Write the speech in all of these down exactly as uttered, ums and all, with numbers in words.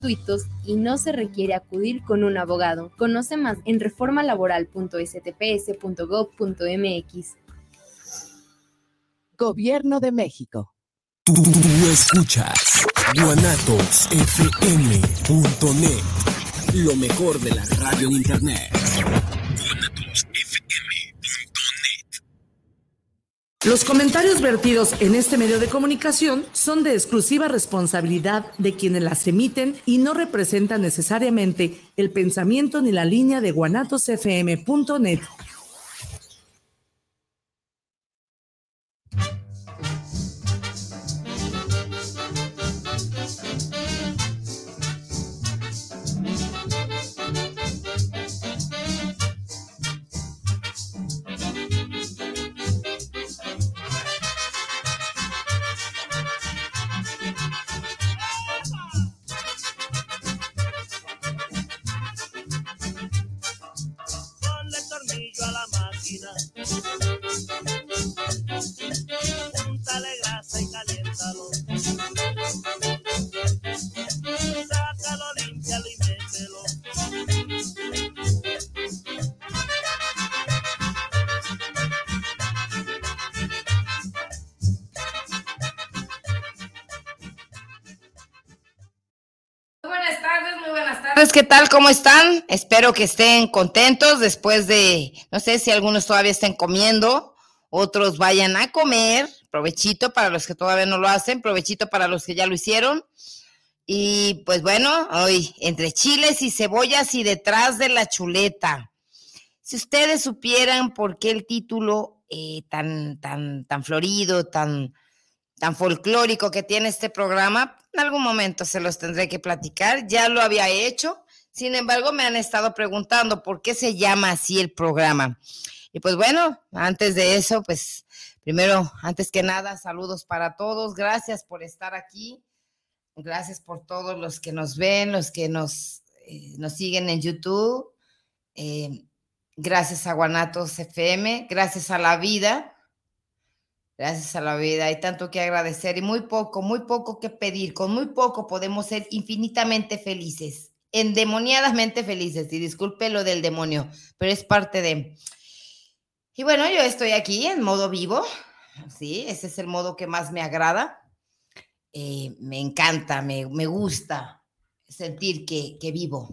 gratuitos y no se requiere acudir con un abogado. Conoce más en reforma laboral punto s t p s punto gov punto m x. Gobierno de México. Tú, tú, tú escuchas guanatos f m punto net, lo mejor de la radio en internet. guanatos f m punto net. Los comentarios vertidos en este medio de comunicación son de exclusiva responsabilidad de quienes las emiten y no representan necesariamente el pensamiento ni la línea de guanatos f m punto net. Úntale grasa y caliéntalo. Sácalo, límpialo y mételo. Muy buenas tardes, muy buenas tardes. ¿Qué tal? ¿Cómo están? Espero que estén contentos después de, no sé si algunos todavía estén comiendo, otros vayan a comer. Provechito para los que todavía no lo hacen, provechito para los que ya lo hicieron. Y pues bueno, hoy entre chiles y cebollas y detrás de la chuleta. Si ustedes supieran por qué el título eh, tan, tan, tan florido, tan, tan folclórico que tiene este programa, en algún momento se los tendré que platicar. Ya lo había hecho, sin embargo me han estado preguntando por qué se llama así el programa. Y pues bueno, antes de eso, pues primero, antes que nada, saludos para todos. Gracias por estar aquí. Gracias por todos los que nos ven, los que nos, eh, nos siguen en YouTube. Eh, gracias a Guanatos F M, gracias a la vida. Gracias a la vida. Hay tanto que agradecer y muy poco, muy poco que pedir. Con muy poco podemos ser infinitamente felices, endemoniadamente felices. Y disculpe lo del demonio, pero es parte de... Y bueno, yo estoy aquí en modo vivo, sí, ese es el modo que más me agrada. Eh, me encanta, me, me gusta sentir que, que vivo.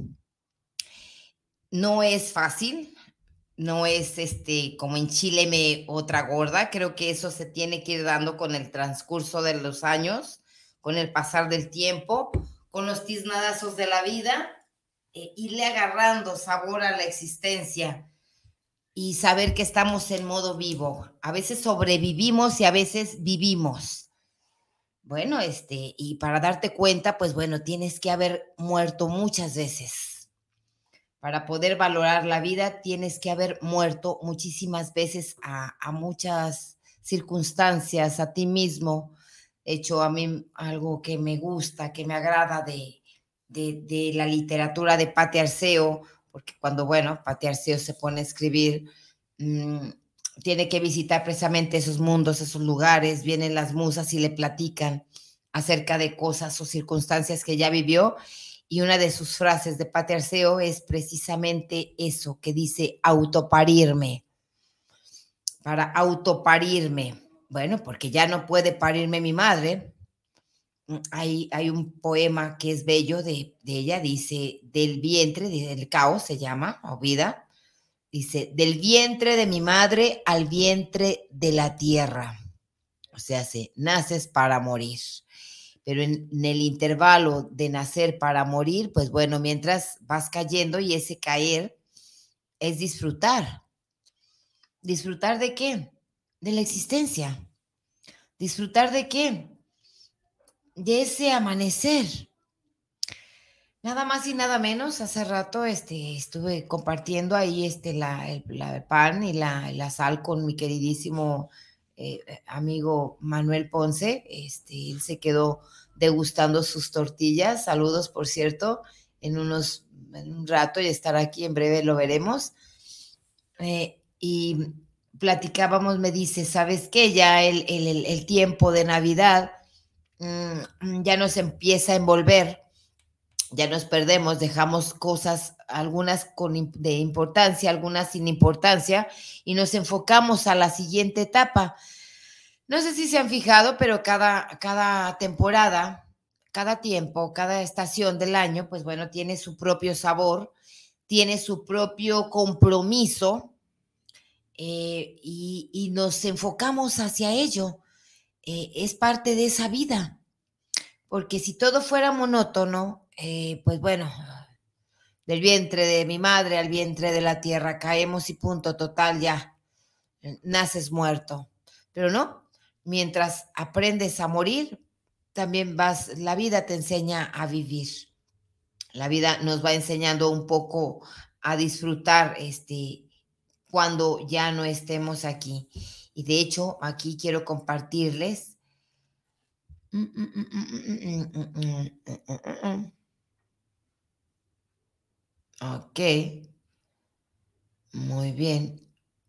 No es fácil, no es este como en Chile me otra gorda. Creo que eso se tiene que ir dando con el transcurso de los años, con el pasar del tiempo, con los tiznadazos de la vida, eh, irle agarrando sabor a la existencia. Y saber que estamos en modo vivo. A veces sobrevivimos y a veces vivimos. Bueno, este, y para darte cuenta, pues bueno, tienes que haber muerto muchas veces. Para poder valorar la vida, tienes que haber muerto muchísimas veces a, a muchas circunstancias, a ti mismo. Hecho, a mí algo que me gusta, que me agrada de, de, de la literatura de Patti Arceo, porque cuando, bueno, Patti Arceo se pone a escribir, mmm, tiene que visitar precisamente esos mundos, esos lugares, vienen las musas y le platican acerca de cosas o circunstancias que ya vivió, y una de sus frases de Patti Arceo es precisamente eso, que dice autoparirme, para autoparirme, bueno, porque ya no puede parirme mi madre. Hay, hay un poema que es bello de, de ella, dice, del vientre, del caos se llama, o vida, dice, del vientre de mi madre al vientre de la tierra. O sea, se, naces para morir. Pero en, en el intervalo de nacer para morir, pues bueno, mientras vas cayendo y ese caer es disfrutar. ¿Disfrutar de qué? De la existencia. ¿Disfrutar de qué? De ese amanecer. Nada más y nada menos, hace rato este, estuve compartiendo ahí este, la, el, la el pan y la, la sal con mi queridísimo eh, amigo Manuel Ponce. Este, él se quedó degustando sus tortillas. Saludos, por cierto, en, unos, en un rato y estar aquí, en breve lo veremos. Eh, y platicábamos, me dice, ¿sabes qué? Ya el, el, el tiempo de Navidad mmm, ya nos empieza a envolver. ya nos perdemos, dejamos cosas, algunas con, de importancia, algunas sin importancia, y nos enfocamos a la siguiente etapa. No sé si se han fijado, pero cada, cada temporada, cada tiempo, cada estación del año, pues bueno, tiene su propio sabor, tiene su propio compromiso, eh, y, y nos enfocamos hacia ello. Eh, es parte de esa vida, porque si todo fuera monótono, eh, pues bueno, del vientre de mi madre al vientre de la tierra caemos y punto, total, ya, naces muerto. Pero no, mientras aprendes a morir, también vas, la vida te enseña a vivir. La vida nos va enseñando un poco a disfrutar este, cuando ya no estemos aquí. Y de hecho, aquí quiero compartirles. Ok, muy bien.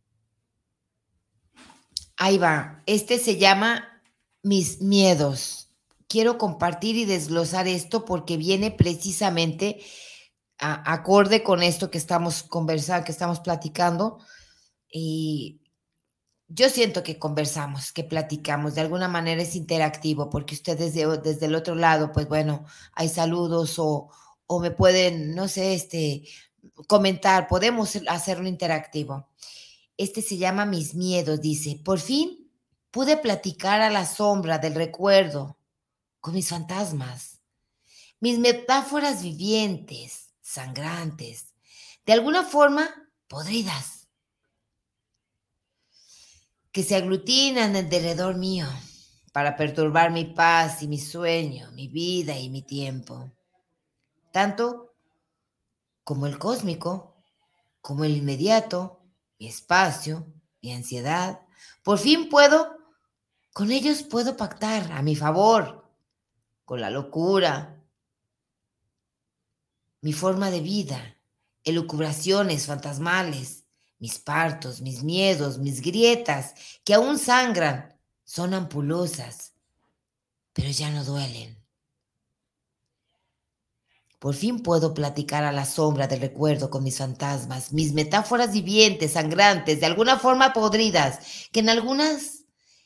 Ahí va. Este se llama Mis miedos. Quiero compartir y desglosar esto porque viene precisamente a, acorde con esto que estamos conversando, que estamos platicando. Y yo siento que conversamos, que platicamos. De alguna manera es interactivo porque ustedes desde, desde el otro lado, pues bueno, hay saludos o, o me pueden, no sé, este, comentar. Podemos hacerlo interactivo. Este se llama Mis miedos, dice. Por fin pude platicar a la sombra del recuerdo con mis fantasmas, mis metáforas vivientes, sangrantes, de alguna forma podridas, que se aglutinan alrededor mío para perturbar mi paz y mi sueño, mi vida y mi tiempo, tanto como el cósmico, como el inmediato, mi espacio, mi ansiedad. Por fin puedo, con ellos puedo pactar a mi favor, con la locura, mi forma de vida, elucubraciones fantasmales, mis partos, mis miedos, mis grietas, que aún sangran, son ampulosas, pero ya no duelen. Por fin puedo platicar a la sombra del recuerdo con mis fantasmas, mis metáforas vivientes, sangrantes, de alguna forma podridas, que en algunas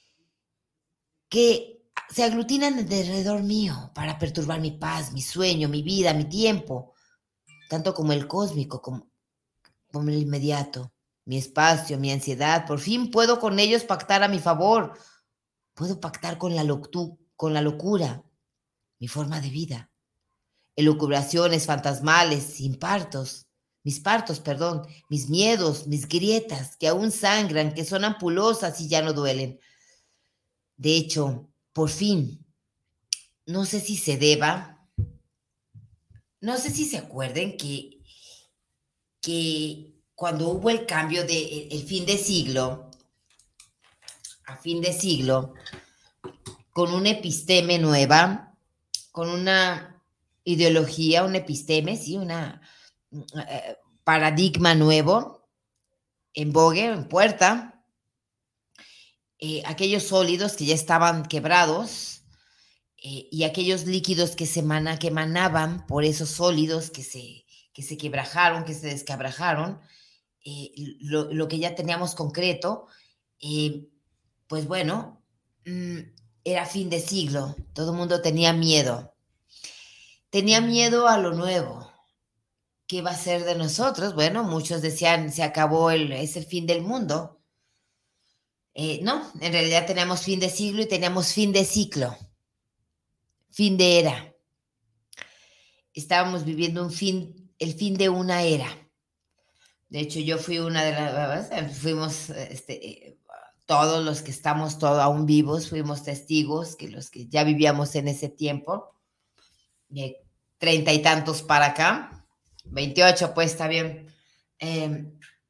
que se aglutinan alrededor mío para perturbar mi paz, mi sueño, mi vida, mi tiempo, tanto como el cósmico, como, como el inmediato, mi espacio, mi ansiedad. Por fin puedo con ellos pactar a mi favor. Puedo pactar con la, loctu, con la locura, mi forma de vida. Elucubraciones fantasmales, sin partos, mis partos, perdón, mis miedos, mis grietas, que aún sangran, que son ampulosas y ya no duelen. De hecho, por fin, no sé si se deba, no sé si se acuerden que, que cuando hubo el cambio de el, el fin de siglo, a fin de siglo, con una episteme nueva, con una ideología, una episteme, sí, una eh, paradigma nuevo, en vogue, en puerta, eh, aquellos sólidos que ya estaban quebrados, eh, y aquellos líquidos que se mana, que emanaban por esos sólidos que se, que se quebrajaron, que se desquebrajaron, eh, lo, lo que ya teníamos concreto, eh, pues bueno, mmm, era fin de siglo, todo el mundo tenía miedo, tenía miedo a lo nuevo. ¿Qué va a ser de nosotros? Bueno, muchos decían, se acabó, el, es el fin del mundo. Eh, no, en realidad teníamos fin de siglo y teníamos fin de ciclo, fin de era. Estábamos viviendo un fin, el fin de una era. De hecho, yo fui una de las, fuimos, este, todos los que estamos todo, aún vivos, fuimos testigos, que los que ya vivíamos en ese tiempo, de treinta y tantos para acá, veintiocho, pues está bien. Eh,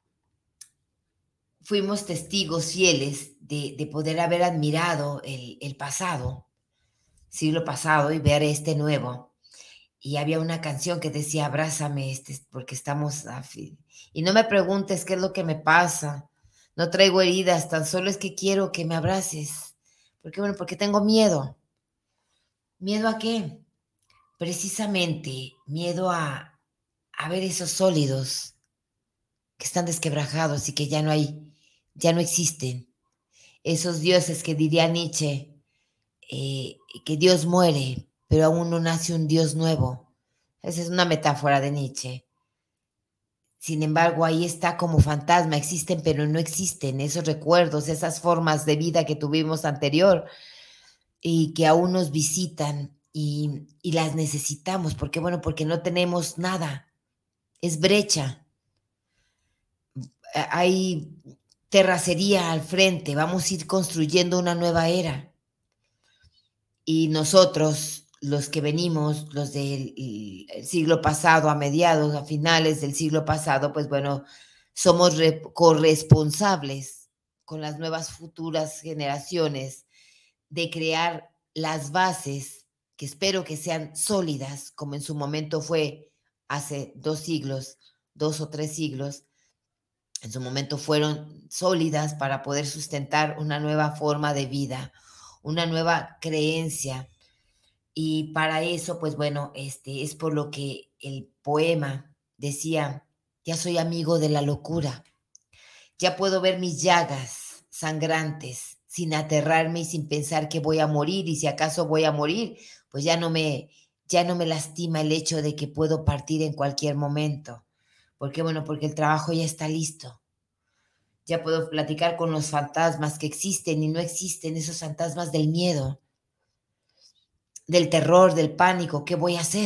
fuimos testigos fieles de, de poder haber admirado el, el pasado, siglo pasado, y ver este nuevo. Y había una canción que decía, abrázame, este, porque estamos... A fin. Y no me preguntes qué es lo que me pasa. No traigo heridas, tan solo es que quiero que me abraces. ¿Por qué? Bueno, porque tengo miedo. ¿Miedo a qué? precisamente miedo a, a ver esos sólidos que están desquebrajados y que ya no hay, ya no existen. Esos dioses que diría Nietzsche, eh, que Dios muere, pero aún no nace un Dios nuevo. Esa es una metáfora de Nietzsche. Sin embargo, ahí está como fantasma, existen pero no existen esos recuerdos, esas formas de vida que tuvimos anterior y que aún nos visitan y, y las necesitamos. ¿Por qué? Bueno, porque no tenemos nada, es brecha. Hay terracería al frente, vamos a ir construyendo una nueva era. Y nosotros, los que venimos, los del siglo pasado, a mediados, a finales del siglo pasado, pues bueno, somos re- corresponsables con las nuevas futuras generaciones de crear las bases que espero que sean sólidas, como en su momento fue hace dos siglos, dos o tres siglos. En su momento fueron sólidas para poder sustentar una nueva forma de vida, una nueva creencia. Y para eso, pues bueno, este, es por lo que el poema decía, ya soy amigo de la locura, ya puedo ver mis llagas sangrantes sin aterrarme y sin pensar que voy a morir, y si acaso voy a morir, pues ya no me, ya no me lastima el hecho de que puedo partir en cualquier momento. ¿Por qué? Bueno, porque el trabajo ya está listo. Ya puedo platicar con los fantasmas que existen y no existen, esos fantasmas del miedo, del terror, del pánico. ¿Qué voy a hacer?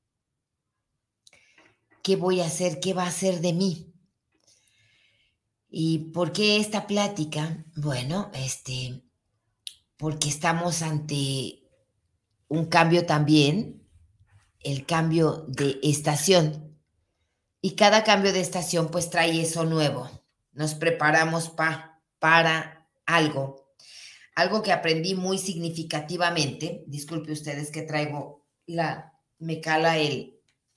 ¿Qué voy a hacer? ¿Qué va a hacer de mí? ¿Y por qué esta plática? Bueno, este, porque estamos ante un cambio también, el cambio de estación. Y cada cambio de estación pues trae eso nuevo. Nos preparamos pa, para algo. Algo que aprendí muy significativamente. Disculpe ustedes que traigo la... Me cala el...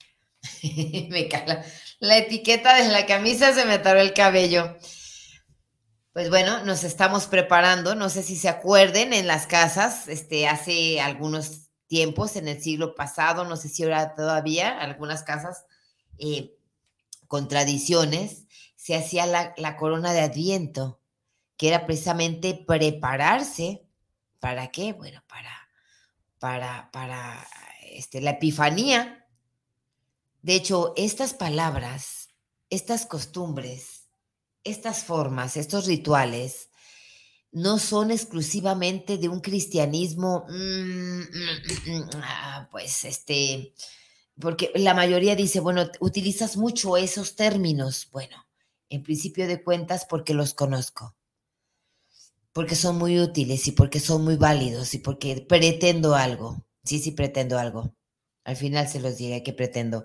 me cala la etiqueta de la camisa, se me atoró el cabello. Pues bueno, nos estamos preparando, no sé si se acuerden, en las casas, este, hace algunos tiempos, en el siglo pasado, no sé si ahora todavía, algunas casas eh, con tradiciones, se hacía la, la corona de Adviento, que era precisamente prepararse, ¿para qué? Bueno, para, para, para este, la Epifanía. De hecho, estas palabras, estas costumbres, estas formas, estos rituales, no son exclusivamente de un cristianismo, mmm, mm, mm, ah, pues este, porque la mayoría dice, bueno, utilizas mucho esos términos. Bueno, en principio de cuentas, porque los conozco, porque son muy útiles y porque son muy válidos y porque pretendo algo. Sí, sí, pretendo algo. Al final se los diré que pretendo.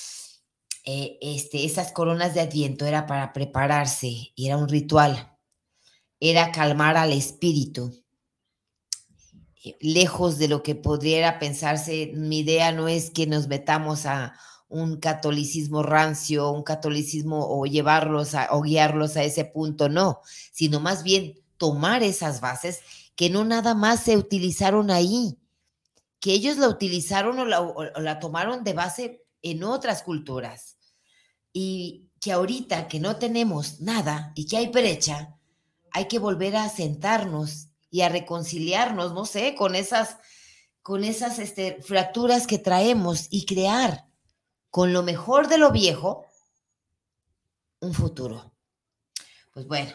Eh, este, esas coronas de Adviento era para prepararse y era un ritual, era calmar al espíritu. Eh, lejos de lo que podría pensarse, mi idea no es que nos metamos a un catolicismo rancio, un catolicismo o llevarlos a, o guiarlos a ese punto, no, sino más bien tomar esas bases que no nada más se utilizaron ahí, que ellos la utilizaron o la, o, o la tomaron de base en otras culturas. Y que ahorita que no tenemos nada y que hay brecha, hay que volver a sentarnos y a reconciliarnos, no sé, con esas, con esas este, fracturas que traemos y crear con lo mejor de lo viejo un futuro. Pues bueno,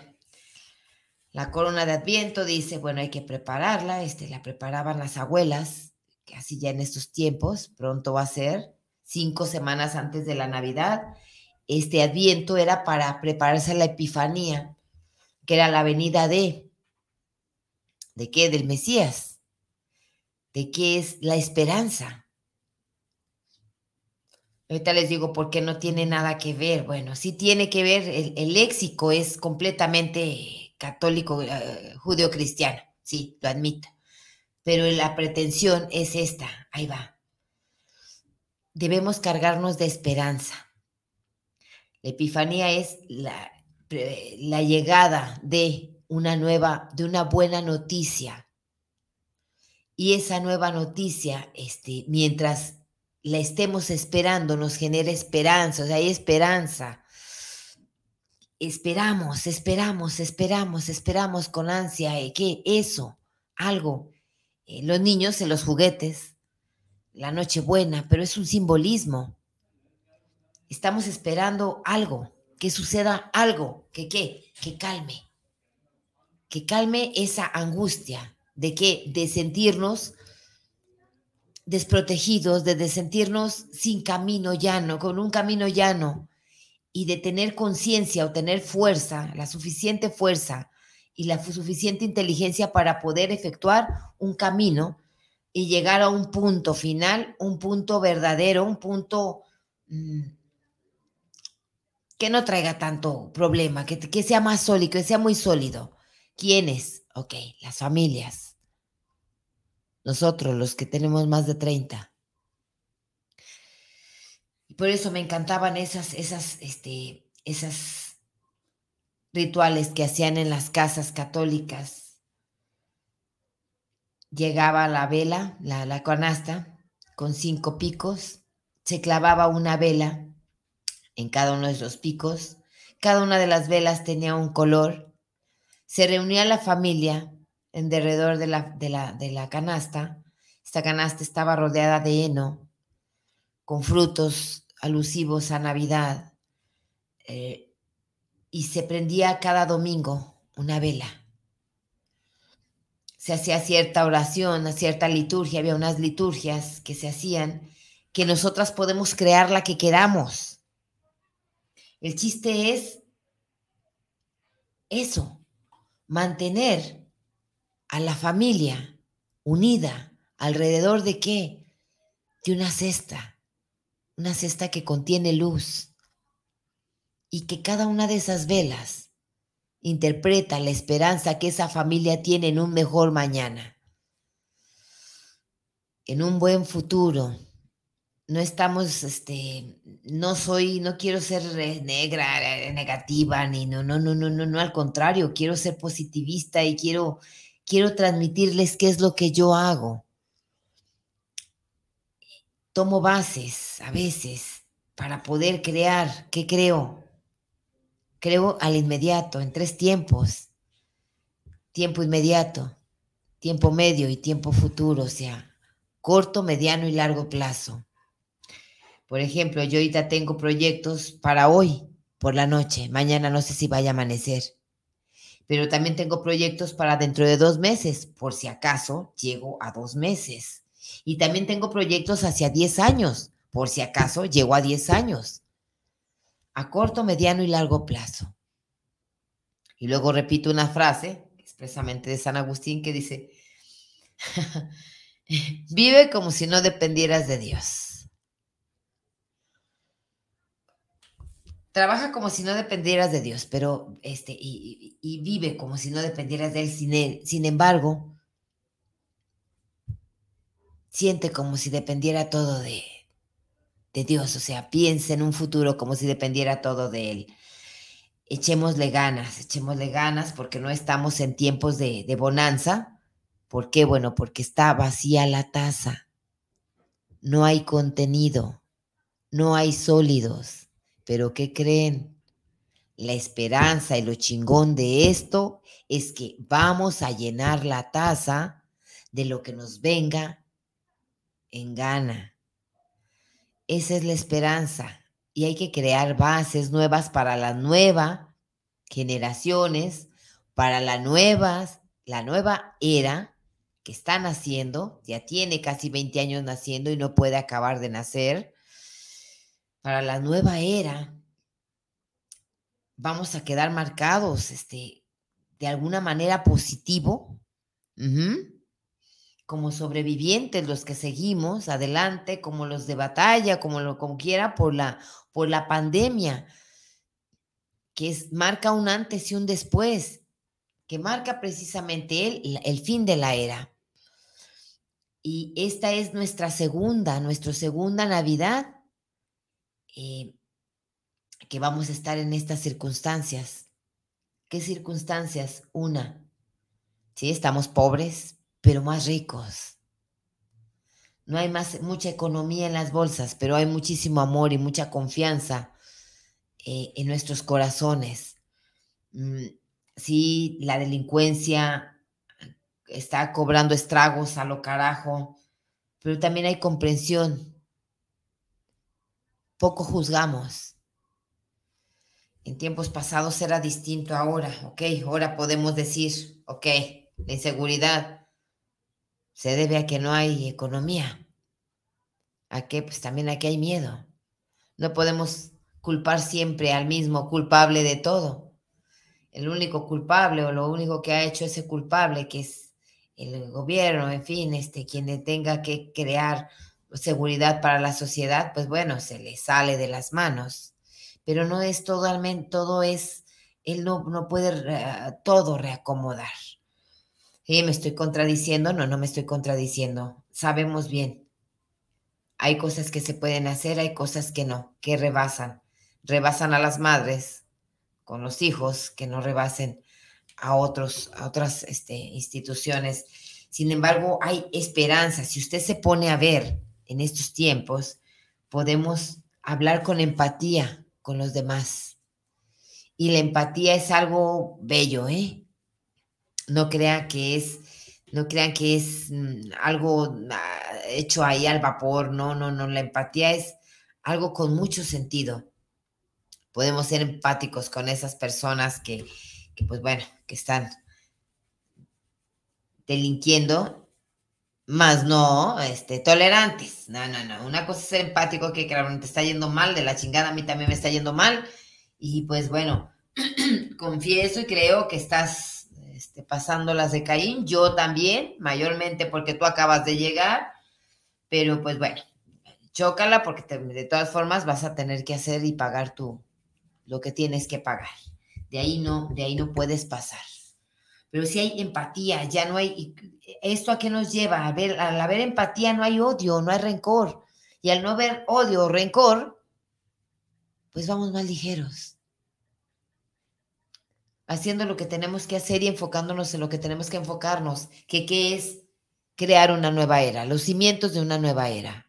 la corona de Adviento dice, bueno, hay que prepararla, este, la preparaban las abuelas, que así ya en estos tiempos, pronto va a ser, cinco semanas antes de la Navidad. Este Adviento era para prepararse a la Epifanía, que era la venida de, ¿de qué? Del Mesías, de qué es la esperanza. Ahorita les digo por qué no tiene nada que ver. Bueno, sí tiene que ver, el, el léxico es completamente católico, uh, judeo-cristiano, sí, lo admito, pero la pretensión es esta, ahí va. Debemos cargarnos de esperanza. La Epifanía es la, la llegada de una nueva, de una buena noticia. Y esa nueva noticia, este, mientras la estemos esperando nos genera esperanza, o sea, hay esperanza. Esperamos, esperamos, esperamos, esperamos con ansia. ¿eh? ¿Qué? Eso, algo. Eh, los niños en los juguetes, la Nochebuena, pero es un simbolismo. Estamos esperando algo, que suceda algo, que qué, que calme, que calme esa angustia de qué, de sentirnos desprotegidos, de, de sentirnos sin camino llano, con un camino llano, y de tener conciencia o tener fuerza, la suficiente fuerza y la suficiente inteligencia para poder efectuar un camino y llegar a un punto final, un punto verdadero, un punto mmm, que no traiga tanto problema, que, que sea más sólido, que sea muy sólido. ¿Quiénes? Ok, las familias. Nosotros, los que tenemos más de treinta. Y por eso me encantaban esas, esas, este, esas rituales que hacían en las casas católicas. Llegaba la vela, la, la canasta, con cinco picos, se clavaba una vela en cada uno de los picos, cada una de las velas tenía un color, se reunía la familia en derredor de la, de la, de la canasta, esta canasta estaba rodeada de heno, con frutos alusivos a Navidad, eh, y se prendía cada domingo una vela. Se hacía cierta oración, cierta liturgia, había unas liturgias que se hacían, que nosotras podemos crear la que queramos. El chiste es eso, mantener a la familia unida alrededor de qué, de una cesta, una cesta que contiene luz y que cada una de esas velas interpreta la esperanza que esa familia tiene en un mejor mañana, en un buen futuro. No estamos, este, no soy, no quiero ser negra, negativa, ni no, no, no, no, no, no, al contrario, quiero ser positivista y quiero, quiero transmitirles qué es lo que yo hago. Tomo bases a veces para poder crear. ¿Qué creo? Creo al inmediato, en tres tiempos. Tiempo inmediato, tiempo medio y tiempo futuro, o sea, corto, mediano y largo plazo. Por ejemplo, yo ahorita tengo proyectos para hoy por la noche. Mañana no sé si vaya a amanecer. Pero también tengo proyectos para dentro de dos meses, por si acaso llego a dos meses. Y también tengo proyectos hacia diez años, por si acaso llego a diez años. A corto, mediano y largo plazo. Y luego repito una frase, expresamente de San Agustín, que dice, vive como si no dependieras de Dios. Trabaja como si no dependieras de Dios, pero este, y, y, y vive como si no dependieras de Él. Sin, él. Sin embargo, siente como si dependiera todo de, de Dios. O sea, piensa en un futuro como si dependiera todo de Él. Echémosle ganas, echémosle ganas porque no estamos en tiempos de, de bonanza. ¿Por qué? Bueno, porque está vacía la taza. No hay contenido, no hay sólidos. ¿Pero qué creen? La esperanza y lo chingón de esto es que vamos a llenar la taza de lo que nos venga en gana. Esa es la esperanza. Y hay que crear bases nuevas para las nuevas generaciones, para la nuevas, la nueva era que está naciendo, ya tiene casi veinte años naciendo y no puede acabar de nacer. Para la nueva era vamos a quedar marcados este, de alguna manera positivo, uh-huh, como sobrevivientes los que seguimos adelante, como los de batalla, como lo como quiera, por la, por la pandemia, que es, marca un antes y un después, que marca precisamente el, el fin de la era. Y esta es nuestra segunda, nuestra segunda Navidad, eh, que vamos a estar en estas circunstancias. ¿Qué circunstancias? Una, sí, estamos pobres, pero más ricos. no hay más, mucha economía en las bolsas, pero hay muchísimo amor y mucha confianza eh, en nuestros corazones. Mm, sí, la delincuencia está cobrando estragos a lo carajo, pero también hay comprensión. Poco juzgamos. En tiempos pasados era distinto ahora, ¿ok? Ahora podemos decir, ok, la inseguridad se debe a que no hay economía. ¿A qué? Pues también aquí hay miedo. No podemos culpar siempre al mismo culpable de todo. El único culpable o lo único que ha hecho ese culpable, que es el gobierno, en fin, este, quien tenga que crear seguridad para la sociedad, pues bueno, se le sale de las manos. Pero no es todo, todo es, él no, no puede uh, todo reacomodar. ¿Sí? ¿Me estoy contradiciendo? No, no me estoy contradiciendo. Sabemos bien. Hay cosas que se pueden hacer, hay cosas que no, que rebasan. Rebasan a las madres con los hijos, que no rebasen a, otros, a otras este, instituciones. Sin embargo, hay esperanza. Si usted se pone a ver en estos tiempos, podemos hablar con empatía con los demás. Y la empatía es algo bello, ¿eh? No crean que es, no crean que es mm, algo ah, hecho ahí al vapor. No, no, no. La empatía es algo con mucho sentido. Podemos ser empáticos con esas personas que, que pues bueno, que están delinquiendo, más no este, tolerantes. No, no, no. Una cosa es ser empático, que claro, te está yendo mal, de la chingada a mí también me está yendo mal. Y pues bueno, confieso y creo que estás este, pasando las de Caín. Yo también, mayormente porque tú acabas de llegar. Pero pues bueno, chócala porque te, de todas formas vas a tener que hacer y pagar tú lo que tienes que pagar. De ahí no, de ahí no puedes pasar. Pero si hay empatía, ya no hay... ¿Esto a qué nos lleva? A ver, al haber empatía no hay odio, no hay rencor. Y al no haber odio o rencor, pues vamos más ligeros. Haciendo lo que tenemos que hacer y enfocándonos en lo que tenemos que enfocarnos. Que qué es crear una nueva era, los cimientos de una nueva era.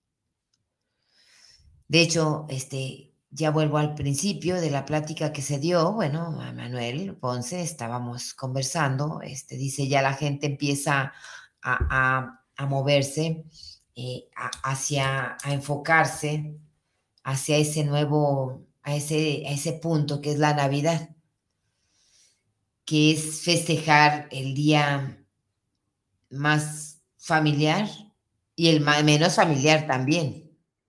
De hecho, este... ya vuelvo al principio de la plática que se dio. Bueno, a Manuel Ponce estábamos conversando, este, dice, ya la gente empieza a, a, a moverse, eh, a, hacia, a enfocarse hacia ese nuevo, a ese, a ese punto que es la Navidad, que es festejar el día más familiar y el más, menos familiar también.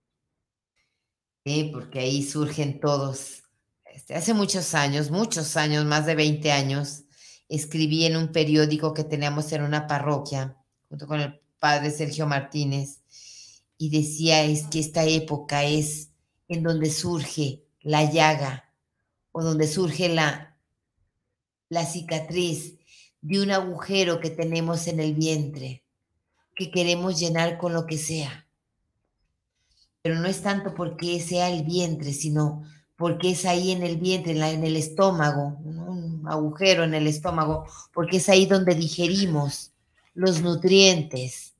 Sí, porque ahí surgen todos. Este, hace muchos años, muchos años, más de veinte años, escribí en un periódico que teníamos en una parroquia, junto con el padre Sergio Martínez, y decía es que esta época es en donde surge la llaga o donde surge la, la cicatriz de un agujero que tenemos en el vientre, que queremos llenar con lo que sea. Pero no es tanto porque sea el vientre, sino porque es ahí en el vientre, en, la, en el estómago, un agujero en el estómago, porque es ahí donde digerimos los nutrientes.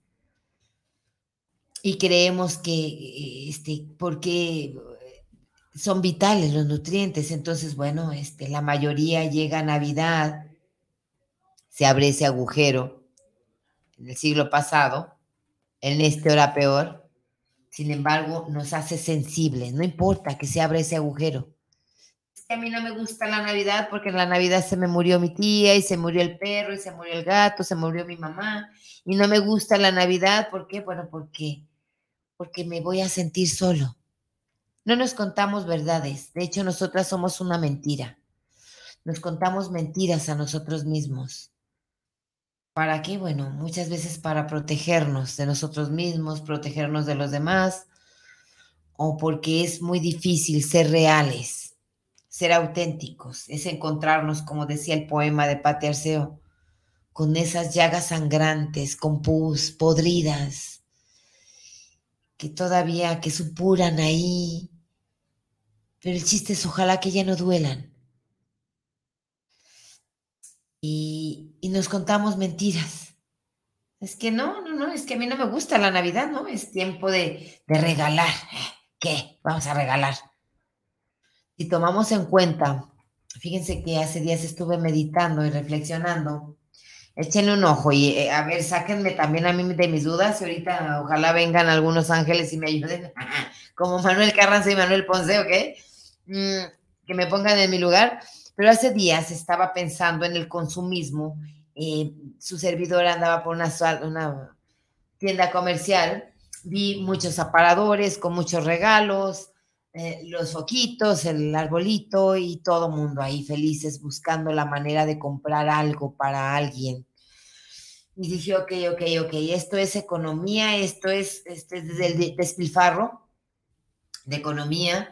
Y creemos que, este, porque son vitales los nutrientes. Entonces, bueno, este, la mayoría llega a Navidad, se abre ese agujero en el siglo pasado, en este hora peor. Sin embargo, nos hace sensibles. No importa que se abra ese agujero. Es que a mí no me gusta la Navidad porque en la Navidad se me murió mi tía y se murió el perro y se murió el gato, se murió mi mamá. Y no me gusta la Navidad. ¿Por qué? Bueno, porque, porque me voy a sentir solo. No nos contamos verdades. De hecho, nosotras somos una mentira. Nos contamos mentiras a nosotros mismos. ¿Para qué? Bueno, muchas veces para protegernos de nosotros mismos, protegernos de los demás, o porque es muy difícil ser reales, ser auténticos, es encontrarnos, como decía el poema de Patti Arceo, con esas llagas sangrantes, con pus, podridas, que todavía, que supuran ahí, pero el chiste es ojalá que ya no duelan. Y, y nos contamos mentiras. Es que no, no, no, es que a mí no me gusta la Navidad, ¿no? Es tiempo de, de regalar. ¿Qué? Vamos a regalar. Si tomamos en cuenta, fíjense que hace días estuve meditando y reflexionando. Échenle un ojo y eh, a ver, sáquenme también a mí de mis dudas y ahorita ojalá vengan algunos ángeles y me ayuden, como Manuel Carranza y Manuel Ponce, ¿ok? Mm, que me pongan en mi lugar. Pero hace días estaba pensando en el consumismo. Eh, su servidora andaba por una, una tienda comercial, vi muchos aparadores con muchos regalos, eh, los foquitos, el arbolito y todo mundo ahí felices buscando la manera de comprar algo para alguien. Y dije, ok, ok, ok, esto es economía, esto es, esto es desde el despilfarro de economía,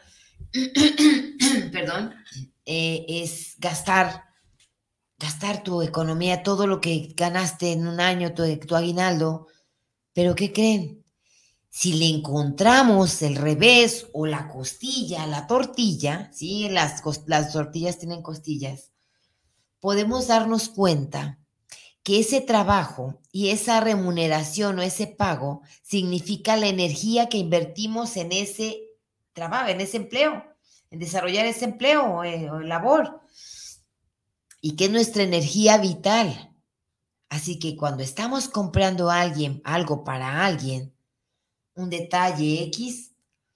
perdón, eh, es gastar, gastar tu economía, todo lo que ganaste en un año, tu, tu aguinaldo. Pero ¿qué creen? Si le encontramos el revés o la costilla, la tortilla, ¿sí? Las, las tortillas tienen costillas, podemos darnos cuenta que ese trabajo y esa remuneración o ese pago significa la energía que invertimos en ese trabajo, en ese empleo, en desarrollar ese empleo eh, o labor, y que es nuestra energía vital. Así que cuando estamos comprando a alguien, algo para alguien, un detalle X,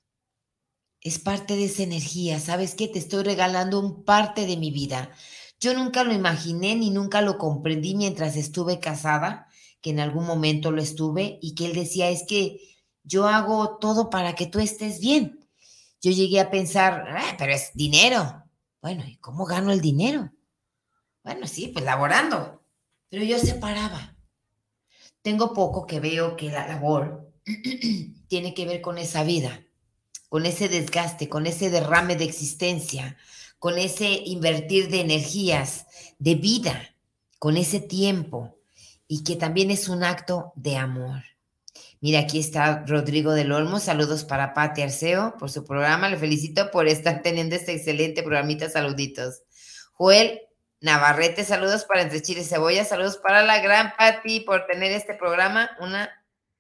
es parte de esa energía. ¿Sabes qué? Te estoy regalando un parte de mi vida. Yo nunca lo imaginé ni nunca lo comprendí mientras estuve casada, que en algún momento lo estuve, y que él decía, es que yo hago todo para que tú estés bien. Yo llegué a pensar, ah, pero es dinero. Bueno, ¿y cómo gano el dinero? Bueno, sí, pues laborando. Pero yo separaba. Tengo poco que veo que la labor tiene que ver con esa vida, con ese desgaste, con ese derrame de existencia, con ese invertir de energías, de vida, con ese tiempo, y que también es un acto de amor. Mira, aquí está Rodrigo del Olmo, saludos para Pati Arceo por su programa, le felicito por estar teniendo este excelente programita, saluditos. Joel Navarrete, saludos para Entre Chile y Cebolla, saludos para la gran Pati por tener este programa, una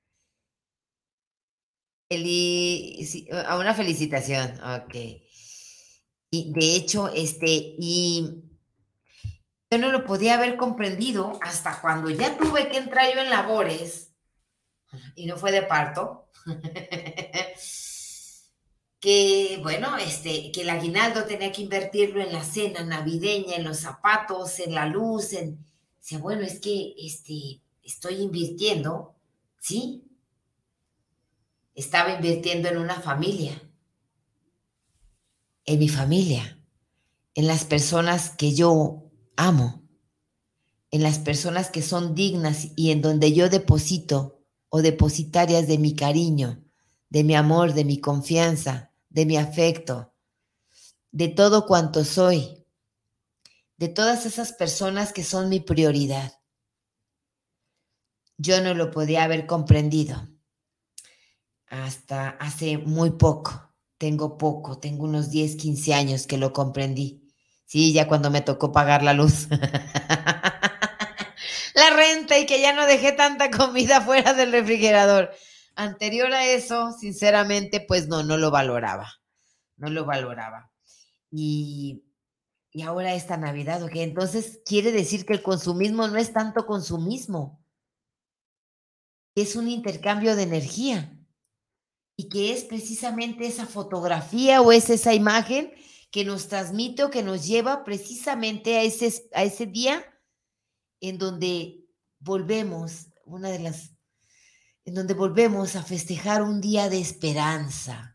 a una felicitación, ok. Y de hecho, este, y yo no lo podía haber comprendido hasta cuando ya tuve que entrar yo en labores, y no fue de parto, que, bueno, este, que el aguinaldo tenía que invertirlo en la cena navideña, en los zapatos, en la luz, en, o sea, bueno, es que, este, estoy invirtiendo, ¿sí? Estaba invirtiendo en una familia, en mi familia, en las personas que yo amo, en las personas que son dignas y en donde yo deposito o depositarias de mi cariño, de mi amor, de mi confianza, de mi afecto, de todo cuanto soy, de todas esas personas que son mi prioridad. Yo no lo podía haber comprendido hasta hace muy poco. Tengo poco, tengo unos diez, quince años que lo comprendí. Sí, ya cuando me tocó pagar la luz. La renta y que ya no dejé tanta comida fuera del refrigerador. Anterior a eso, sinceramente, pues no, no lo valoraba. No lo valoraba. Y, y ahora esta Navidad, ¿ok? Entonces quiere decir que el consumismo no es tanto consumismo. Es un intercambio de energía. Y que es precisamente esa fotografía o es esa imagen que nos transmite o que nos lleva precisamente a ese, a ese día en donde volvemos, una de las, en donde volvemos a festejar un día de esperanza.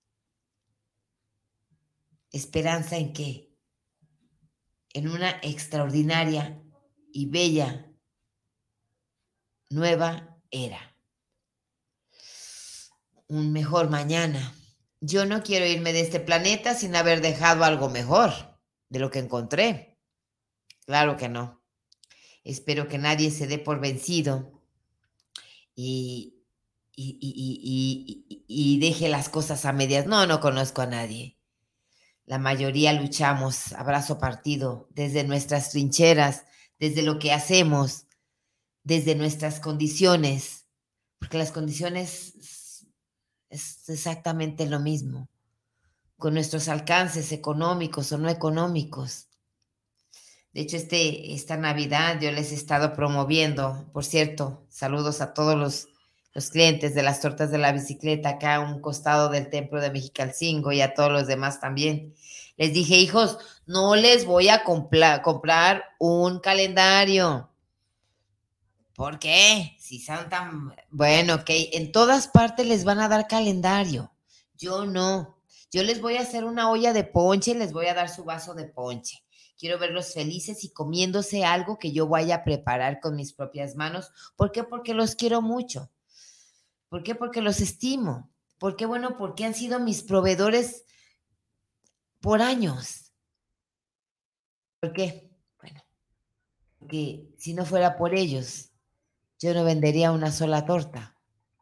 ¿Esperanza en qué? En una extraordinaria y bella nueva era. Un mejor mañana. Yo no quiero irme de este planeta sin haber dejado algo mejor de lo que encontré. Claro que no. Espero que nadie se dé por vencido y, y, y, y, y, y deje las cosas a medias. No, no conozco a nadie. La mayoría luchamos a brazo partido desde nuestras trincheras, desde lo que hacemos, desde nuestras condiciones, porque las condiciones es, es exactamente lo mismo, con nuestros alcances económicos o no económicos. De hecho, este, esta Navidad yo les he estado promoviendo, por cierto, saludos a todos los, los clientes de las tortas de la bicicleta acá a un costado del templo de Mexicalcingo y a todos los demás también. Les dije, hijos, no les voy a compla- comprar un calendario. ¿Por qué? Si son tan... Bueno, ok, en todas partes les van a dar calendario. Yo no. Yo les voy a hacer una olla de ponche, les voy a dar su vaso de ponche. Quiero verlos felices y comiéndose algo que yo vaya a preparar con mis propias manos. ¿Por qué? Porque los quiero mucho. ¿Por qué? Porque los estimo. ¿Por qué? Bueno, porque han sido mis proveedores por años. ¿Por qué? Bueno, porque si no fuera por ellos, yo no vendería una sola torta.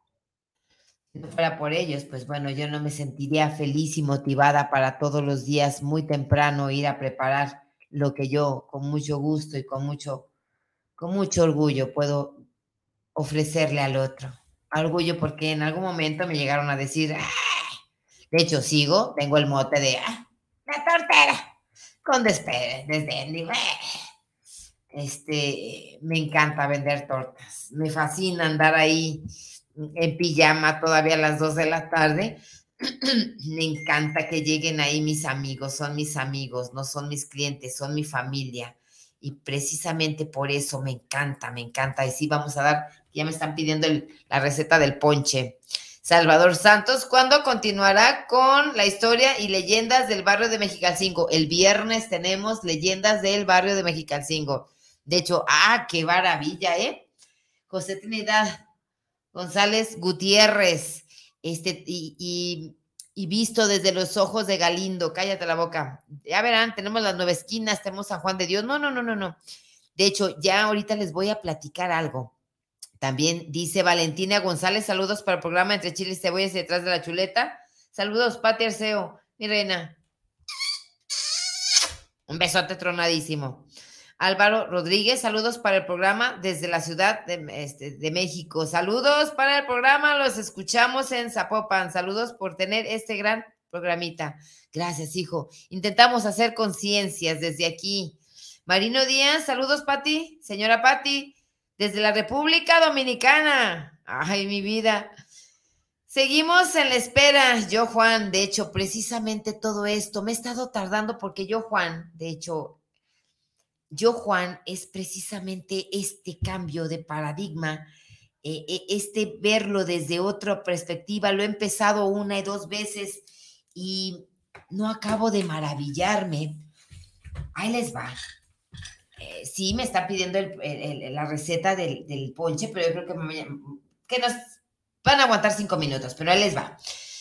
Si no fuera por ellos, pues bueno, yo no me sentiría feliz y motivada para todos los días muy temprano ir a preparar lo que yo con mucho gusto y con mucho, con mucho orgullo puedo ofrecerle al otro. Orgullo porque en algún momento me llegaron a decir, ¡ah! De hecho sigo, tengo el mote de ¡ah! La tortera, con despe- desdén, digo, ¡ah! Este, me encanta vender tortas, me fascina andar ahí en pijama todavía a las dos de la tarde. Me encanta que lleguen ahí mis amigos, son mis amigos, no son mis clientes, son mi familia. Y precisamente por eso me encanta, me encanta. Y sí, vamos a dar, ya me están pidiendo el, la receta del ponche. Salvador Santos, ¿cuándo continuará con la historia y leyendas del barrio de Mexicalcingo? El viernes tenemos leyendas del barrio de Mexicalcingo. De hecho, ¡ah, qué maravilla, eh! José Trinidad González Gutiérrez, este, y, y, y visto desde los ojos de Galindo, cállate la boca. Ya verán, tenemos las nueve esquinas, tenemos San Juan de Dios. No, no, no, no, no. De hecho, ya ahorita les voy a platicar algo. También dice Valentina González, saludos para el programa Entre Chiles y Cebollas y Detrás de la Chuleta. Saludos, Pati Arceo, mi reina. Un besote tronadísimo. Álvaro Rodríguez, saludos para el programa desde la Ciudad de, este, de México. Saludos para el programa, los escuchamos en Zapopan. Saludos por tener este gran programita. Gracias, hijo. Intentamos hacer conciencias desde aquí. Marino Díaz, saludos, Pati. Señora Pati, desde la República Dominicana. Ay, mi vida. Seguimos en la espera. Yo, Juan, de hecho, precisamente todo esto, me he estado tardando porque yo, Juan, de hecho... Yo, Juan, es precisamente este cambio de paradigma, eh, este verlo desde otra perspectiva. Lo he empezado una y dos veces y no acabo de maravillarme. Ahí les va. Eh, sí, me está pidiendo el, el, el, la receta del, del ponche, pero yo creo que, me, que nos van a aguantar cinco minutos, pero ahí les va.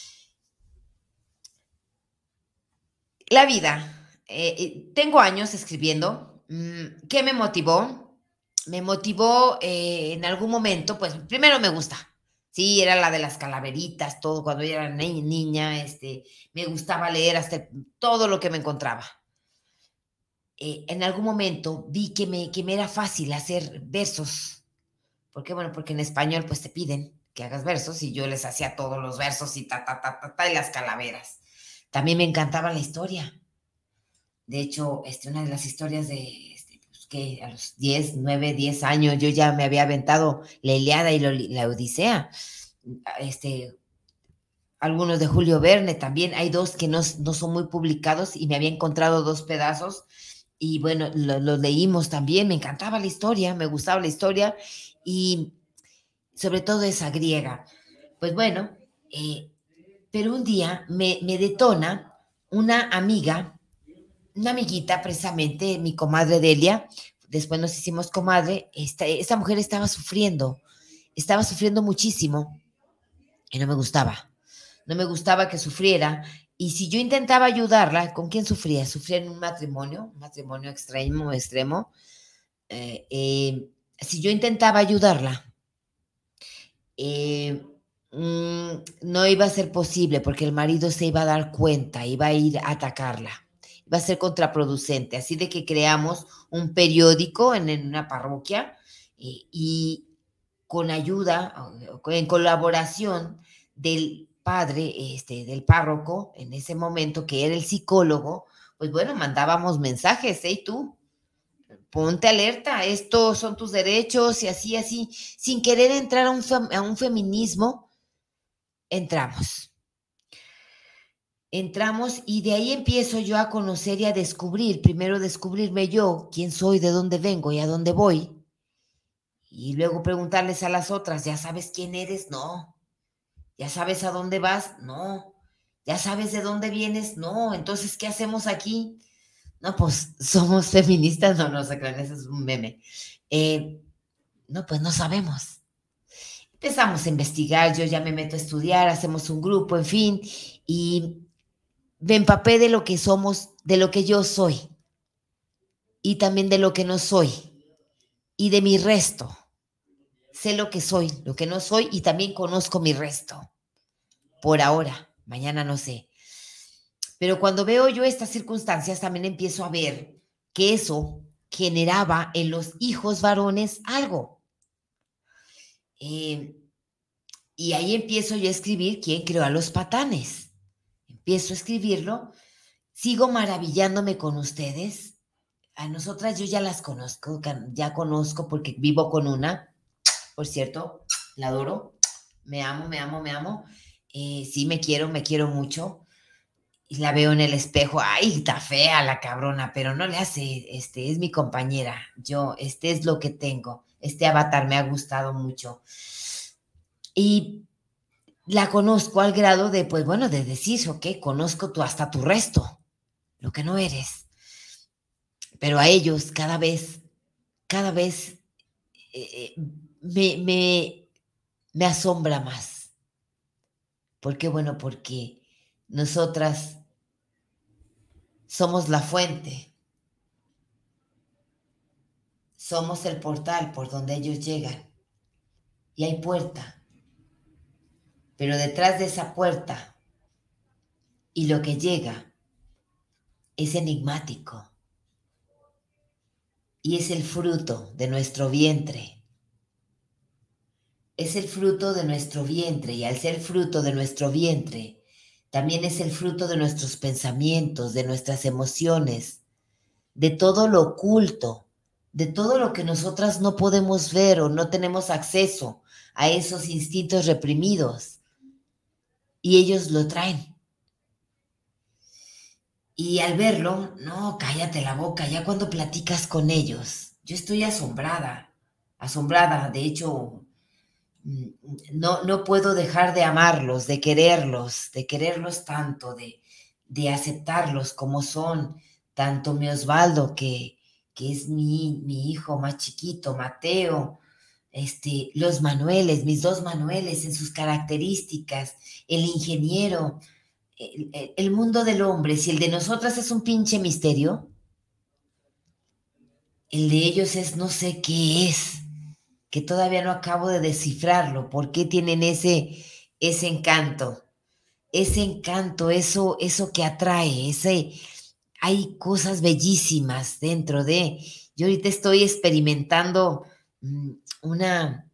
La vida. Eh, tengo años escribiendo. ¿Qué me motivó? Me motivó eh, en algún momento, pues primero me gusta. Sí, era la de las calaveritas, todo, cuando yo era ni- niña, este, me gustaba leer hasta todo lo que me encontraba. Eh, en algún momento vi que me, que me era fácil hacer versos. ¿Por qué? Bueno, porque en español pues te piden que hagas versos y yo les hacía todos los versos y ta, ta, ta, ta, ta, y las calaveras. También me encantaba la historia. De hecho, este, una de las historias de este, pues, que a los diez, nueve, diez años yo ya me había aventado la Ilíada y lo, la Odisea. Este, algunos de Julio Verne también. Hay dos que no, no son muy publicados y me había encontrado dos pedazos. Y bueno, los lo leímos también. Me encantaba la historia, me gustaba la historia y sobre todo esa griega. Pues bueno, eh, pero un día me, me detona una amiga. Una amiguita, precisamente, mi comadre Delia, después nos hicimos comadre, esta, esta mujer estaba sufriendo, estaba sufriendo muchísimo y no me gustaba, no me gustaba que sufriera. Y si yo intentaba ayudarla, ¿con quién sufría? Sufría en un matrimonio, un matrimonio extremo, extremo. Eh, eh, si yo intentaba ayudarla, eh, mmm, no iba a ser posible porque el marido se iba a dar cuenta, iba a ir a atacarla. Va a ser contraproducente, así de que creamos un periódico en, en una parroquia eh, y con ayuda, en colaboración del padre, este, del párroco, en ese momento, que era el psicólogo, pues bueno, mandábamos mensajes, ¿eh? Tú, ponte alerta, estos son tus derechos y así, así, sin querer entrar a un, a un feminismo, entramos. Entramos y de ahí empiezo yo a conocer y a descubrir, primero descubrirme yo, quién soy, de dónde vengo y a dónde voy, y luego preguntarles a las otras, ¿ya sabes quién eres? No. ¿Ya sabes a dónde vas? No. ¿Ya sabes de dónde vienes? No. Entonces, ¿qué hacemos aquí? No, pues somos feministas, no, no se crean, ese es un meme. Eh, no, pues no sabemos. Empezamos a investigar, yo ya me meto a estudiar, hacemos un grupo, en fin, y me empapé de lo que somos, de lo que yo soy, y también de lo que no soy, y de mi resto. Sé lo que soy, lo que no soy, y también conozco mi resto. Por ahora, mañana no sé. Pero cuando veo yo estas circunstancias, también empiezo a ver que eso generaba en los hijos varones algo. Eh, y ahí empiezo yo a escribir quién creó a los patanes. Empiezo a escribirlo, sigo maravillándome con ustedes. A nosotras yo ya las conozco, ya conozco porque vivo con una, por cierto, la adoro, me amo, me amo, me amo. Eh, sí, me quiero, me quiero mucho. Y la veo en el espejo, ay, está fea la cabrona, pero no le hace, este, es mi compañera, yo, este es lo que tengo, este avatar me ha gustado mucho. Y la conozco al grado de, pues bueno, de decir, ok, conozco tú hasta tu resto, lo que no eres. Pero a ellos cada vez, cada vez eh, me, me, me asombra más. ¿Por qué? Bueno, porque nosotras somos la fuente. Somos el portal por donde ellos llegan. Y hay puerta. Pero detrás de esa puerta y lo que llega es enigmático. Y es el fruto de nuestro vientre. Es el fruto de nuestro vientre. Y al ser fruto de nuestro vientre, también es el fruto de nuestros pensamientos, de nuestras emociones, de todo lo oculto, de todo lo que nosotras no podemos ver o no tenemos acceso a esos instintos reprimidos. Y ellos lo traen. Y al verlo, no, cállate la boca, ya cuando platicas con ellos, yo estoy asombrada, asombrada, de hecho, no, no puedo dejar de amarlos, de quererlos, de quererlos tanto, de, de aceptarlos como son, tanto mi Osvaldo, que, que es mi, mi hijo más chiquito, Mateo, este, los Manueles, mis dos Manueles en sus características, el ingeniero, el, el, el mundo del hombre, si el de nosotras es un pinche misterio, el de ellos es no sé qué es, que todavía no acabo de descifrarlo. ¿Por qué tienen ese, ese encanto? Ese encanto, eso, eso que atrae, ese, hay cosas bellísimas dentro de... Yo ahorita estoy experimentando mmm, una,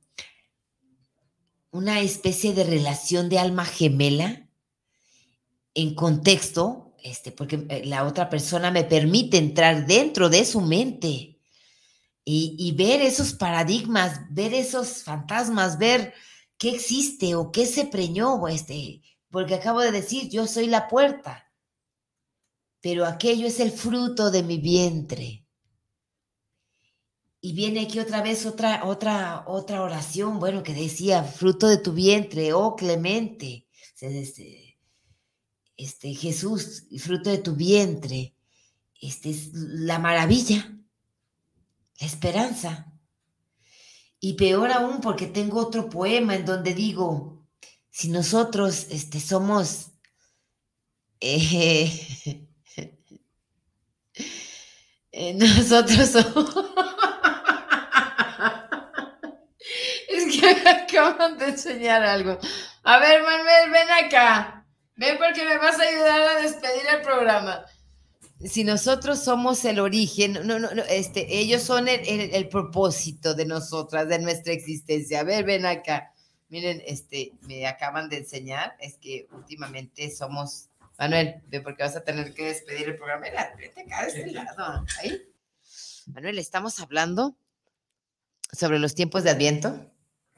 una especie de relación de alma gemela en contexto, este, porque la otra persona me permite entrar dentro de su mente. Y, y ver esos paradigmas, ver esos fantasmas, ver qué existe o qué se preñó, este, porque acabo de decir, yo soy la puerta, pero aquello es el fruto de mi vientre. Y viene aquí otra vez otra, otra, otra oración, bueno, que decía, fruto de tu vientre, oh Clemente, este, este, Jesús, fruto de tu vientre, este es la maravilla, la esperanza. Y peor aún porque tengo otro poema en donde digo, si nosotros este, somos, eh, eh, nosotros somos, es que me acaban de enseñar algo. A ver, Manuel, ven acá, ven porque me vas a ayudar a despedir el programa. si nosotros somos el origen, no, no, no, este, ellos son el, el, el propósito de nosotras, de nuestra existencia. A ver, ven acá. Miren, este, me acaban de enseñar, es que últimamente somos... Manuel, ve porque vas a tener que despedir el programa. Mira, vete acá de este lado. Ahí. Manuel, estamos hablando sobre los tiempos de Adviento,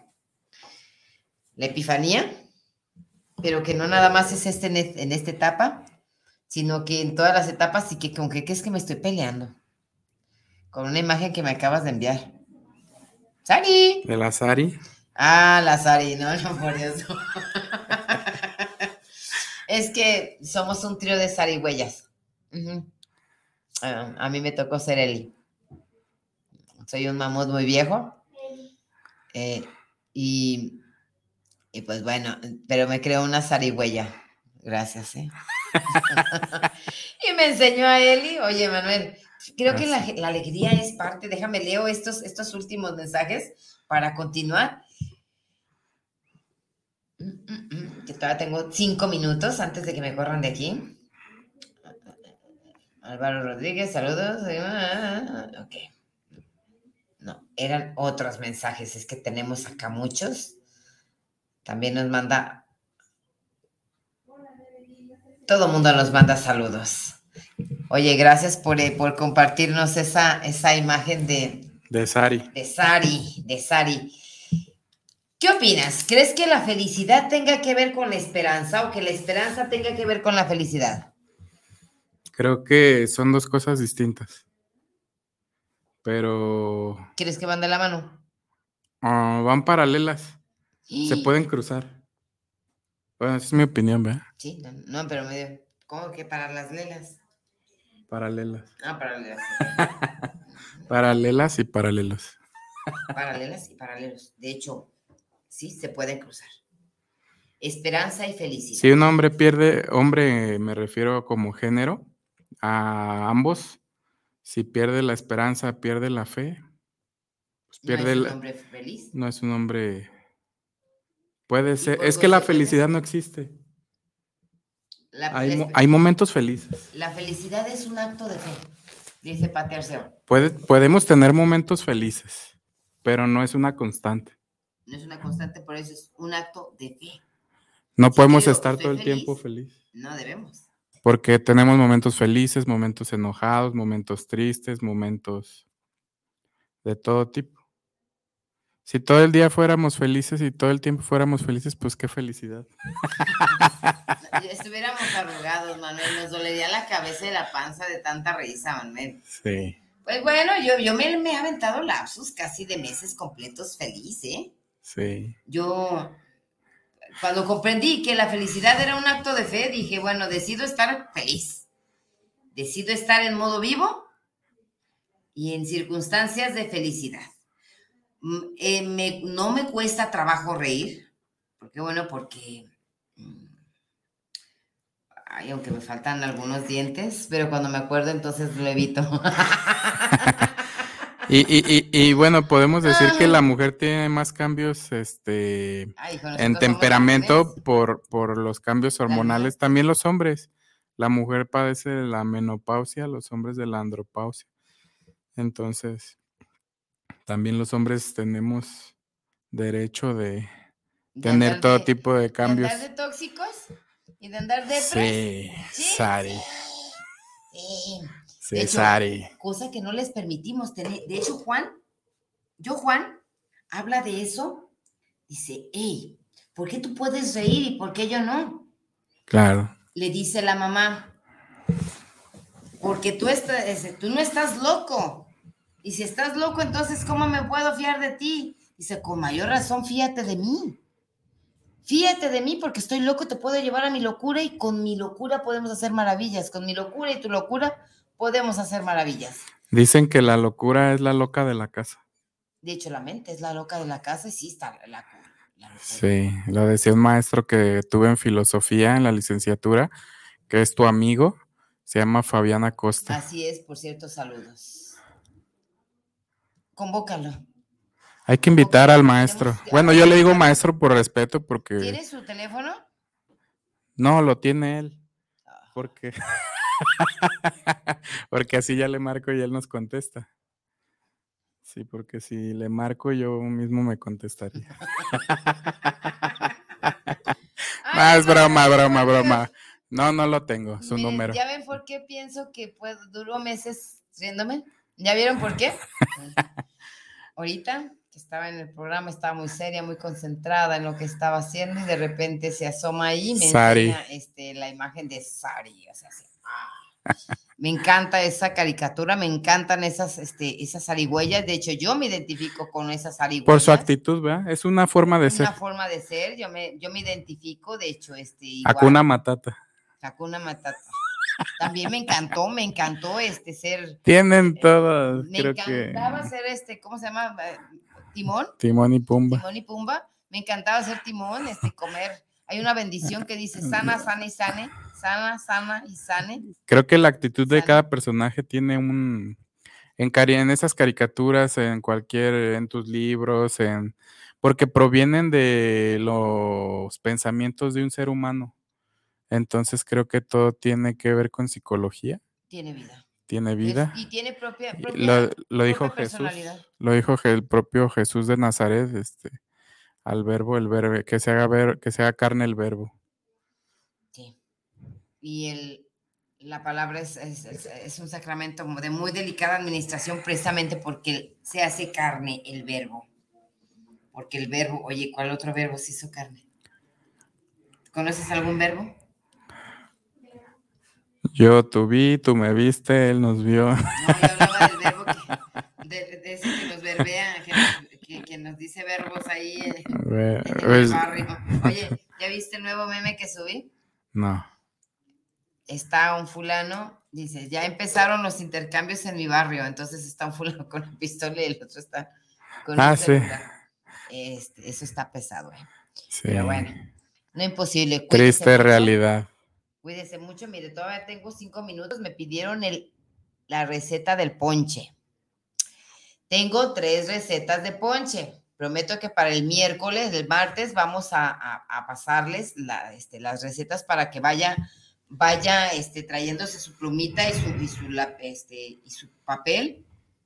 la Epifanía, pero que no nada más es este en, en esta etapa, sino que en todas las etapas, y que con que, que es que me estoy peleando con una imagen que me acabas de enviar. ¡Sari! ¿De la Sari? Ah, la Sari, no, no, por eso. Es que somos un trío de zarigüeyas. Uh-huh. Uh, a mí me tocó ser Eli. Soy un mamut muy viejo. Eh, y, y pues bueno, pero me creó una zarigüeya. Gracias, ¿eh? Y me enseñó a Eli. Oye, Manuel, creo que la, la alegría es parte. Déjame leo estos, estos últimos mensajes para continuar. Que todavía tengo cinco minutos antes de que me corran de aquí. Álvaro Rodríguez, saludos. Ok. No, eran otros mensajes. Es que tenemos acá muchos. También nos manda... Todo el mundo nos manda saludos. Oye, gracias por, por compartirnos esa, esa imagen de... De Sari. De Sari, de Sari. ¿Qué opinas? ¿Crees que la felicidad tenga que ver con la esperanza o que la esperanza tenga que ver con la felicidad? Creo que son dos cosas distintas. Pero... ¿Crees que van de la mano? Uh, van paralelas. ¿Y? Se pueden cruzar. Bueno, esa es mi opinión, ¿verdad? Sí, no, no, pero medio... ¿Cómo que para las lelas? Paralelas. Ah, paralelas. Paralelas y paralelos. Paralelas y paralelos. De hecho... Sí, se pueden cruzar. Esperanza y felicidad. Si un hombre pierde, hombre me refiero como género, a ambos. Si pierde la esperanza, pierde la fe. Pues pierde ¿No es un la, hombre feliz? No es un hombre... Puede ser. Es que la felicidad no existe. La, hay, la, hay momentos felices. La felicidad es un acto de fe, dice Pati Arceo. Puede, podemos tener momentos felices, pero no es una constante. No es una constante, por eso es un acto de fe. No si podemos digo, estar todo el feliz, tiempo feliz. No debemos. Porque tenemos momentos felices, momentos enojados, momentos tristes, momentos de todo tipo. Si todo el día fuéramos felices y todo el tiempo fuéramos felices, pues qué felicidad. Estuviéramos arrugados, Manuel, nos dolería la cabeza y la panza de tanta risa, Manuel. Sí. Pues bueno, yo, yo me, me he aventado lapsus casi de meses completos feliz, ¿eh? Sí. Yo, cuando comprendí que la felicidad era un acto de fe, dije, bueno, decido estar feliz. Decido estar en modo vivo y en circunstancias de felicidad. Eh, me, no me cuesta trabajo reír, porque bueno, porque... Ay, aunque me faltan algunos dientes, pero cuando me acuerdo entonces lo evito. Y, y, y, y bueno, podemos decir que la mujer tiene más cambios este, Ay, en temperamento por, por los cambios hormonales. También los hombres. La mujer padece de la menopausia, los hombres de la andropausia. Entonces, también los hombres tenemos derecho de, de tener todo de, tipo de cambios. ¿De andar de tóxicos? ¿Y de andar de Sí, ¿sí? Sari. Sí. Sí, de hecho, Sari. Cosa que no les permitimos tener. De hecho, Juan, yo Juan, habla de eso. Dice, hey, ¿por qué tú puedes reír y por qué yo no? Claro. Le dice la mamá, porque tú, estás, tú no estás loco. Y si estás loco, entonces, ¿cómo me puedo fiar de ti? Dice, con mayor razón, fíjate de mí. Fíjate de mí porque estoy loco, te puedo llevar a mi locura y con mi locura podemos hacer maravillas. Con mi locura y tu locura podemos hacer maravillas. Dicen que la locura es la loca de la casa. De hecho, la mente es la loca de la casa y sí está la, la, la locura. Sí, lo decía un maestro que tuve en filosofía en la licenciatura, que es tu amigo, se llama Fabián Acosta. Así es, por cierto, saludos. Convócalo. Hay que invitar al maestro. Bueno, yo le digo maestro por respeto porque... ¿Tiene su teléfono? No, lo tiene él. Porque... Porque así ya le marco y él nos contesta. Sí, porque si le marco yo mismo me contestaría. Ah, es broma, broma, broma. No, no lo tengo, su Miren, número. ¿ya ven por qué pienso que pues, duró meses riéndome? ¿Ya vieron por qué? Ahorita que estaba en el programa, estaba muy seria, muy concentrada en lo que estaba haciendo y de repente se asoma ahí y me Sari. enseña este, la imagen de Sari. O sea, así, ah. Me encanta esa caricatura, me encantan esas, este, esas zarigüeyas. De hecho, yo me identifico con esas zarigüeyas. Por su actitud, ¿verdad? Es una forma de es ser. Una forma de ser, yo me, yo me identifico, de hecho, este, igual. Hakuna Matata. Hakuna Matata. También me encantó, me encantó este ser. Tienen eh, todas, Me creo encantaba que... ser este, ¿cómo se llama? Eh, Timón. Timón y Pumba. Timón y Pumba. Me encantaba ser Timón, este, comer. Hay una bendición que dice sana, sana y sane. Sana, sana y sane. Creo que la actitud de Sane. cada personaje tiene un... En, cari- en esas caricaturas, en cualquier, en tus libros, en porque provienen de los pensamientos de un ser humano. Entonces creo que todo tiene que ver con psicología. Tiene vida. Tiene vida. Es, y tiene propia, Y propia, lo, lo dijo propia Jesús. personalidad. Lo dijo Je- el propio Jesús de Nazaret, este, al verbo, el verbo, que se haga ver, que se haga carne el verbo. Sí. Y el, la palabra es, es, es, es un sacramento de muy delicada administración precisamente porque se hace carne el verbo. Porque el verbo, oye, ¿cuál otro verbo se hizo carne? ¿Conoces algún verbo? Yo, tú vi, tú me viste, él nos vio. No, yo hablaba del verbo que, de, de ese que nos verbea, que nos, que, que nos dice verbos ahí en, en el Pues, barrio. Oye, ¿ya viste el nuevo meme que subí? no. Está un fulano, dice, ya empezaron los intercambios en mi barrio, entonces está un fulano con una pistola y el otro está con Ah, un sí. celular. Este, eso está pesado, ¿eh? Sí. Pero bueno, no imposible. Triste mucho, realidad. Cuídese mucho, mire, todavía tengo cinco minutos, me pidieron el, la receta del ponche. Tengo tres recetas de ponche. Prometo que para el miércoles, el martes, vamos a, a, a pasarles la, este, las recetas para que vaya, vaya este, trayéndose su plumita y su, y su, este, y su papel.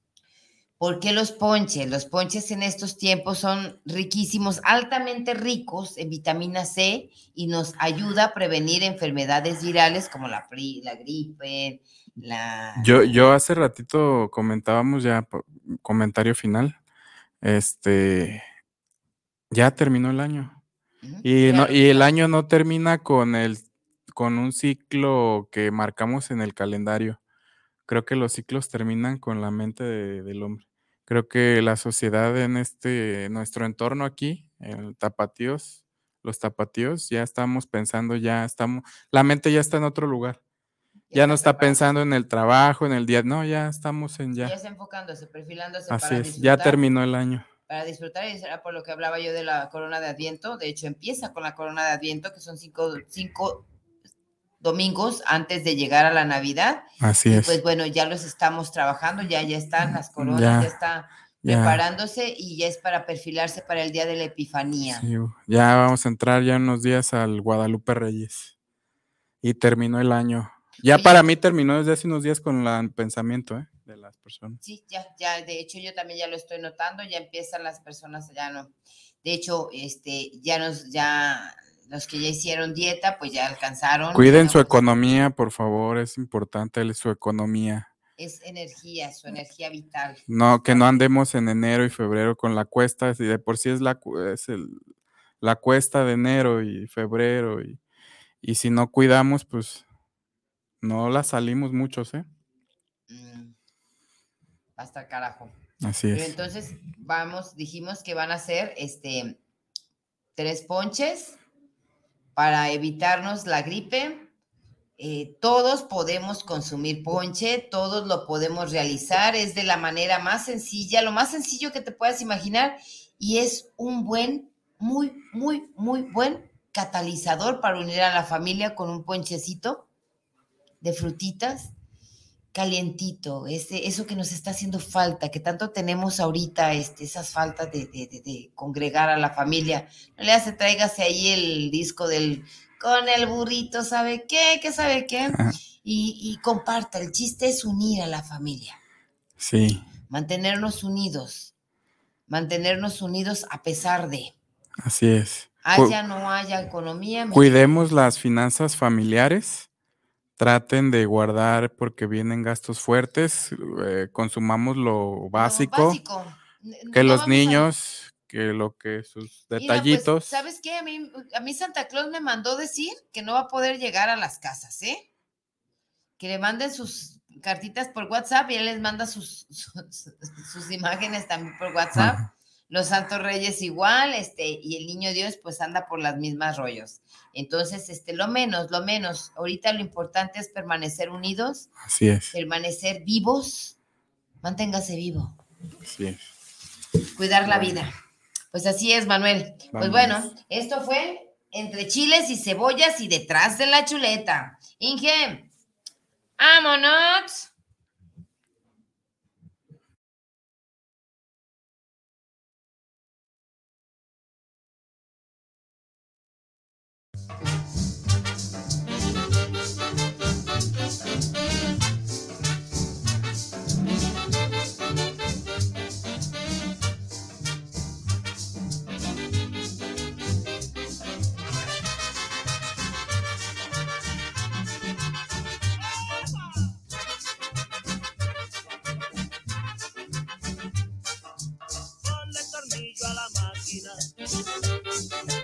¿Por qué los ponches? Los ponches en estos tiempos son riquísimos, altamente ricos en vitamina C y nos ayuda a prevenir enfermedades virales como la, la gripe, la... Yo, yo hace ratito comentábamos ya, comentario final, este, ya terminó el año. Uh-huh. Y, no, y el año no termina con, el, con un ciclo que marcamos en el calendario. Creo que los ciclos terminan con la mente de, del hombre. Creo que la sociedad en este, nuestro entorno aquí, en Tapatíos, los Tapatíos, ya estamos pensando, ya estamos, la mente ya está en otro lugar. Ya, ya no está preparado. Pensando en el trabajo, en el día, no, ya estamos en ya. Ya está enfocándose, perfilándose Así para es, disfrutar. Ya terminó el año. Para disfrutar, y será por lo que hablaba yo de la corona de Adviento. De hecho, empieza con la corona de Adviento, que son cinco, cinco domingos antes de llegar a la Navidad. Así y es. Pues bueno, ya los estamos trabajando, ya, ya están las coronas, ya, ya está ya. preparándose y ya es para perfilarse para el día de la Epifanía. Sí, ya vamos a entrar ya unos días al Guadalupe Reyes. Y terminó el año. Ya Oye, para mí terminó desde hace unos días con el pensamiento ¿eh? de las personas. Sí, ya, ya, de hecho yo también ya lo estoy notando, ya empiezan las personas, ya no. De hecho, este, ya nos, ya... Los que ya hicieron dieta, pues ya alcanzaron. Cuiden digamos, su economía, por favor, es importante su economía. Es energía, su energía vital. No, que no andemos en enero y febrero con la cuesta, si de por sí es la, es el, la cuesta de enero y febrero, y, y si no cuidamos, pues no la salimos muchos, ¿eh? Mm, hasta el carajo. Así es. Pero entonces, vamos, dijimos que van a ser este, tres ponches para evitarnos la gripe. Eh, todos podemos consumir ponche, todos lo podemos realizar, es de la manera más sencilla, lo más sencillo que te puedas imaginar, y es un buen, muy, muy, muy buen catalizador para unir a la familia con un ponchecito de frutitas calientito, ese, eso que nos está haciendo falta, que tanto tenemos ahorita, este, esas faltas de, de, de, de congregar a la familia. No le hace, tráigase ahí el disco del con el burrito, ¿sabe qué? ¿Qué sabe qué? y, y comparta. El chiste es unir a la familia. Sí. Mantenernos unidos. Mantenernos unidos a pesar de. Así es. Haya, no haya economía. Cuidemos las finanzas familiares. Traten de guardar porque vienen gastos fuertes. Eh, consumamos lo básico. Lo básico. Que No los niños, a... que lo que sus detallitos. Mira, pues, ¿sabes qué? A mí, a mí Santa Claus me mandó decir que no va a poder llegar a las casas, ¿eh? Que le manden sus cartitas por WhatsApp y él les manda sus, sus, sus imágenes también por WhatsApp. Ajá. Los Santos Reyes igual, este, y el Niño Dios pues anda por las mismas rollos. Entonces, este, lo menos, lo menos, ahorita lo importante es permanecer unidos. Así es. Permanecer vivos. Manténgase vivo. Así es. Cuidar la vida. Pues así es, Manuel. Vamos. Pues bueno, esto fue Entre Chiles y Cebollas y Detrás de la Chuleta. Inge, ¡vámonos! Ponle tornillo a la máquina.